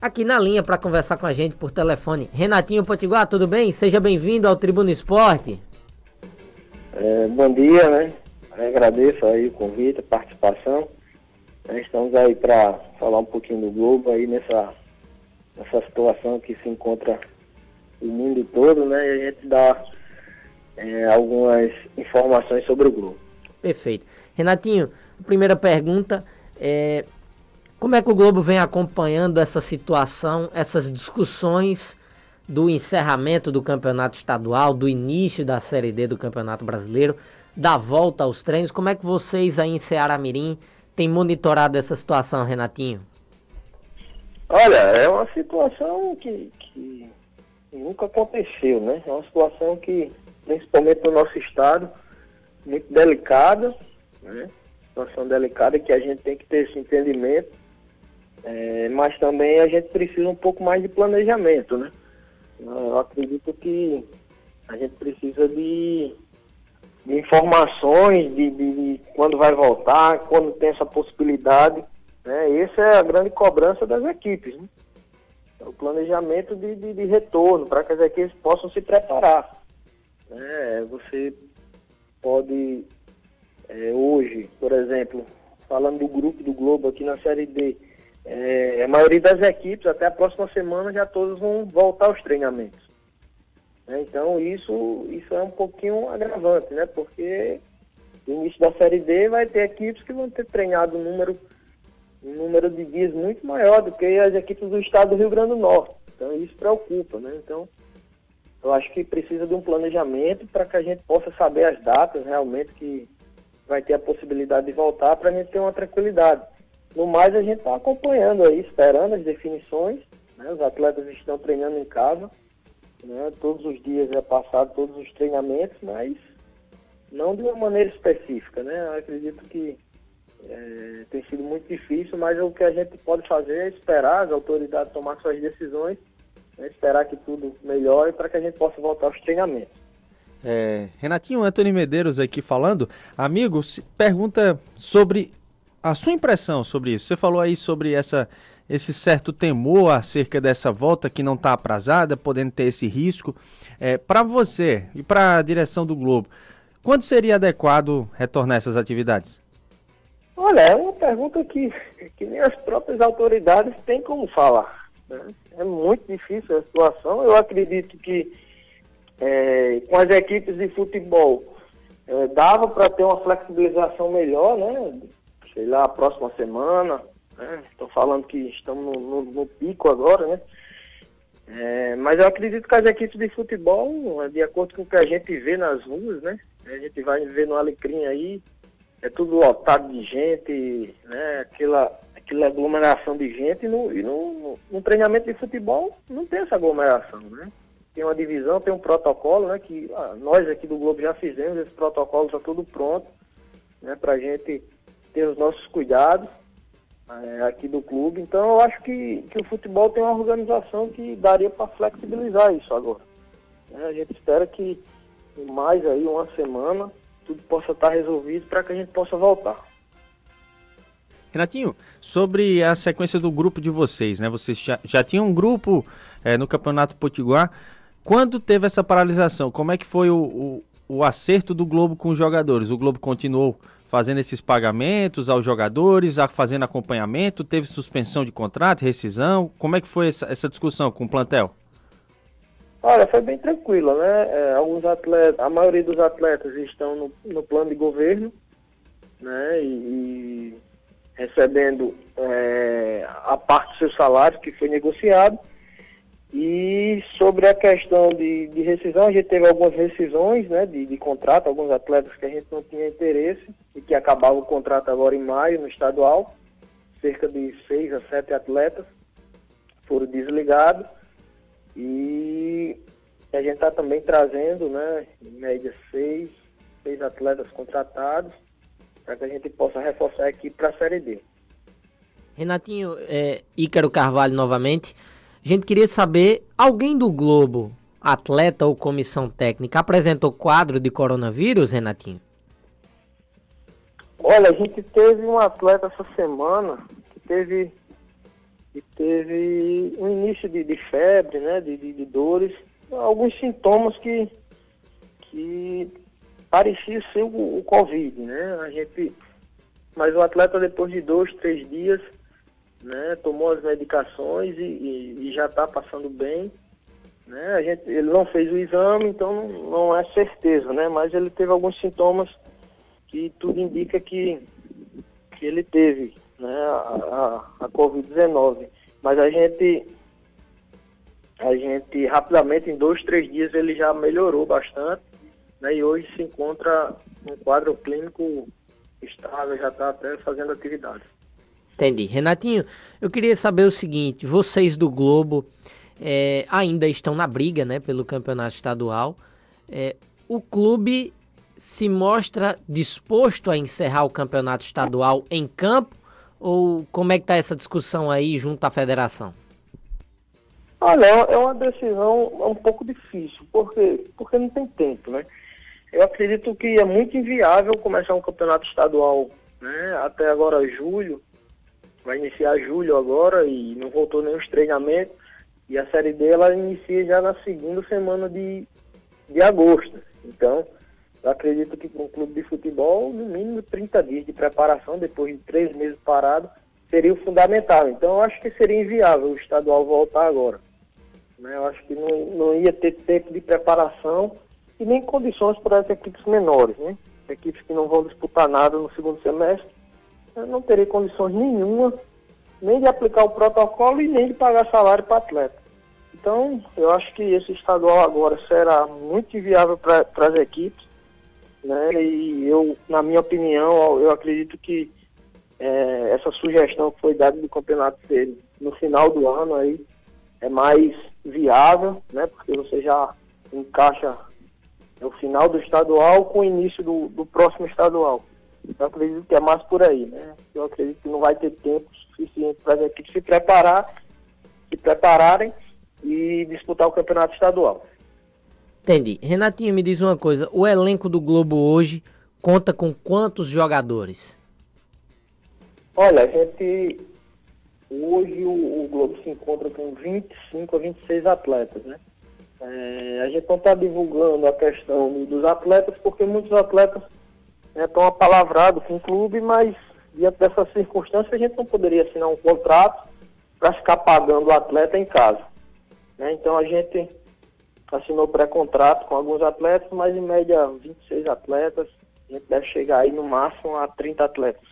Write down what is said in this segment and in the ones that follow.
aqui na linha para conversar com a gente por telefone. Renatinho Potiguar, tudo bem? Seja bem-vindo ao Tribuna Esporte. Bom dia, né? Eu agradeço aí o convite, a participação. Estamos aí para falar um pouquinho do Globo aí nessa situação que se encontra o mundo todo, né? E a gente dá algumas informações sobre o Globo. Perfeito. Renatinho, a primeira pergunta é: como é que o Globo vem acompanhando essa situação, essas discussões do encerramento do campeonato estadual, do início da Série D do Campeonato Brasileiro, da volta aos treinos? Como é que vocês aí em Ceará Mirim têm monitorado essa situação, Renatinho? Olha, é uma situação que nunca aconteceu, né? É uma situação que, principalmente no nosso estado, muito delicada, né? Situação delicada que a gente tem que ter esse entendimento, mas também a gente precisa um pouco mais de planejamento, né? Eu acredito que a gente precisa de informações de quando vai voltar, quando tem essa possibilidade, né? Essa é a grande cobrança das equipes, né? O planejamento de retorno, para que as equipes possam se preparar. Você pode, hoje, por exemplo, falando do grupo do Globo aqui na Série D, a maioria das equipes, até a próxima semana, já todos vão voltar aos treinamentos. Então, isso é um pouquinho agravante, né? Porque no início da Série D vai ter equipes que vão ter treinado um número de dias muito maior do que as equipes do estado do Rio Grande do Norte. Então, isso preocupa, né? Então, eu acho que precisa de um planejamento para que a gente possa saber as datas realmente que vai ter a possibilidade de voltar, para a gente ter uma tranquilidade. No mais, a gente está acompanhando aí, esperando as definições, né? Os atletas estão treinando em casa, né? Todos os dias é passado todos os treinamentos, mas não de uma maneira específica, né? Eu acredito que tem sido muito difícil, mas o que a gente pode fazer é esperar as autoridades tomar suas decisões, né? Esperar que tudo melhore para que a gente possa voltar aos treinamentos. Renatinho, Antônio Medeiros aqui falando. Amigo, pergunta sobre a sua impressão sobre isso. Você falou aí sobre esse certo temor acerca dessa volta que não está aprazada, podendo ter esse risco. Para você e para a direção do Globo, quando seria adequado retornar essas atividades? Olha, é uma pergunta que nem as próprias autoridades têm como falar, né? É muito difícil a situação. Eu acredito que com as equipes de futebol dava para ter uma flexibilização melhor, né? Sei lá, a próxima semana, né? Estou falando que estamos no pico agora, né? Mas eu acredito que as equipes de futebol, de acordo com o que a gente vê nas ruas, né? A gente vai ver no Alecrim aí, é tudo lotado de gente, né? Aquela aglomeração de gente, e no treinamento de futebol não tem essa aglomeração, né? Tem uma divisão, tem um protocolo, né? Que nós aqui do Globo já fizemos, esse protocolo está tudo pronto, né? Para a gente ter os nossos cuidados aqui do clube. Então eu acho que o futebol tem uma organização que daria para flexibilizar isso agora. A gente espera que em mais aí uma semana tudo possa estar resolvido para que a gente possa voltar. Renatinho, sobre a sequência do grupo de vocês, né? Vocês já tinham um grupo no Campeonato Potiguar. Quando teve essa paralisação, como é que foi o acerto do Globo com os jogadores? O Globo continuou fazendo esses pagamentos aos jogadores, fazendo acompanhamento, teve suspensão de contrato, rescisão? Como é que foi essa discussão com o plantel? Olha, foi bem tranquila, né? Alguns atletas, a maioria dos atletas estão no plano de governo, né? E recebendo a parte do seu salário que foi negociado. E sobre a questão de rescisão, a gente teve algumas rescisões, né, de contrato, alguns atletas que a gente não tinha interesse e que acabava o contrato agora em maio no estadual. Cerca de 6 a 7 atletas foram desligados e a gente está também trazendo, né, em média 6 atletas contratados para que a gente possa reforçar aqui para a Série D. Renatinho, Ícaro Carvalho novamente. A gente queria saber, alguém do Globo, atleta ou comissão técnica, apresentou quadro de coronavírus, Renatinho? Olha, a gente teve um atleta essa semana que teve e teve um início de febre, né, de dores, alguns sintomas que parecia ser o Covid, né? Mas o atleta, depois de 2, 3 dias, né, tomou as medicações e já está passando bem, né? Ele não fez o exame, então não é certeza, né? Mas ele teve alguns sintomas que tudo indica que ele teve, né, a Covid-19. Mas a gente rapidamente, em 2, 3 dias, ele já melhorou bastante, né? E hoje se encontra um quadro clínico estável, já está até fazendo atividade. Entendi. Renatinho, eu queria saber o seguinte, vocês do Globo ainda estão na briga, né, pelo campeonato estadual. O clube se mostra disposto a encerrar o campeonato estadual em campo, ou como é que está essa discussão aí junto à federação? Olha, é uma decisão um pouco difícil, porque não tem tempo, né? Eu acredito que é muito inviável começar um campeonato estadual, né? Até agora julho, vai iniciar julho agora e não voltou nem os treinamentos, e a Série D ela inicia já na segunda semana de agosto. Então, eu acredito que para um clube de futebol, no mínimo 30 dias de preparação, depois de 3 meses parado, seria o fundamental. Então, eu acho que seria inviável o estadual voltar agora, né? Eu acho que não ia ter tempo de preparação e nem condições para as equipes menores, né? Equipes que não vão disputar nada no segundo semestre, não teria condições nenhuma, nem de aplicar o protocolo e nem de pagar salário para atleta. Então, eu acho que esse estadual agora será muito inviável para as equipes, né? E eu, na minha opinião, eu acredito que essa sugestão que foi dada do campeonato dele no final do ano aí é mais viável, né? Porque você já encaixa o final do estadual com o início do próximo estadual. Eu acredito que é mais por aí, né? Eu acredito que não vai ter tempo suficiente para as equipes se prepararem e disputar o campeonato estadual. Entendi. Renatinho, me diz uma coisa, o elenco do Globo hoje conta com quantos jogadores? Olha, hoje o Globo se encontra com 25 a 26 atletas, né? A gente não está divulgando a questão dos atletas porque muitos atletas estão apalavrados com o clube, mas diante dessas circunstâncias a gente não poderia assinar um contrato para ficar pagando o atleta em casa, né? Então a gente assinou pré-contrato com alguns atletas, mas em média 26 atletas, a gente deve chegar aí no máximo a 30 atletas.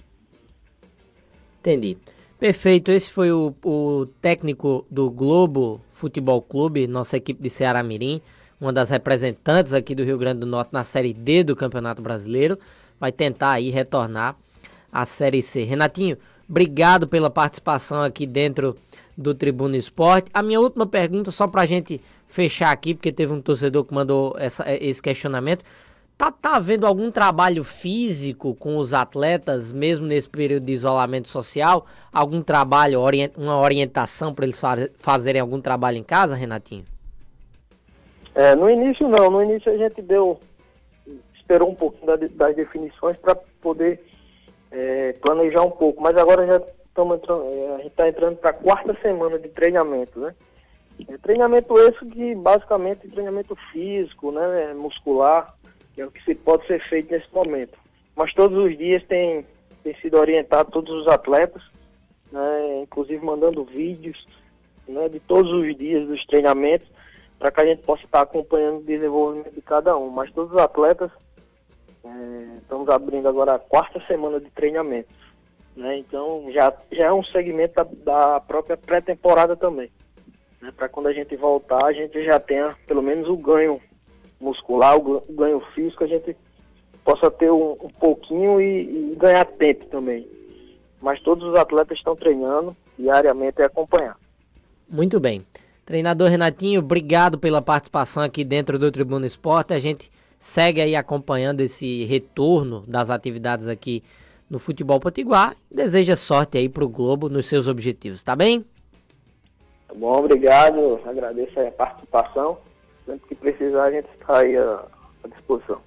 Entendi. Perfeito, esse foi o técnico do Globo Futebol Clube, nossa equipe de Ceará Mirim, uma das representantes aqui do Rio Grande do Norte na Série D do Campeonato Brasileiro, vai tentar aí retornar à Série C. Renatinho, obrigado pela participação aqui dentro do Tribuna Esporte. A minha última pergunta, só pra gente fechar aqui, porque teve um torcedor que mandou esse questionamento. Tá havendo algum trabalho físico com os atletas, mesmo nesse período de isolamento social? Algum trabalho, uma orientação para eles fazerem algum trabalho em casa, Renatinho? No início não. No início a gente esperou um pouquinho das definições para poder planejar um pouco. Mas agora já estamos entrando, a gente está entrando para a 4ª semana de treinamento, né? Treinamento esse que basicamente é treinamento físico, né? Muscular, que é o que pode ser feito nesse momento. Mas todos os dias tem sido orientado todos os atletas, né, inclusive mandando vídeos, né, de todos os dias dos treinamentos, para que a gente possa estar acompanhando o desenvolvimento de cada um. Mas todos os atletas, estamos abrindo agora a 4ª semana de treinamento, né, então já é um segmento da própria pré-temporada também, né, para quando a gente voltar, a gente já tenha pelo menos o ganho muscular, o ganho físico, a gente possa ter um pouquinho e ganhar tempo também. Mas todos os atletas estão treinando diariamente e acompanhar. Muito bem. Treinador Renatinho, obrigado pela participação aqui dentro do Tribuna Esporte. A gente segue aí acompanhando esse retorno das atividades aqui no futebol potiguar. Deseja sorte aí pro Globo nos seus objetivos, tá bem? Tá bom, obrigado. Agradeço aí a participação. Sempre que precisar, a gente está aí à disposição.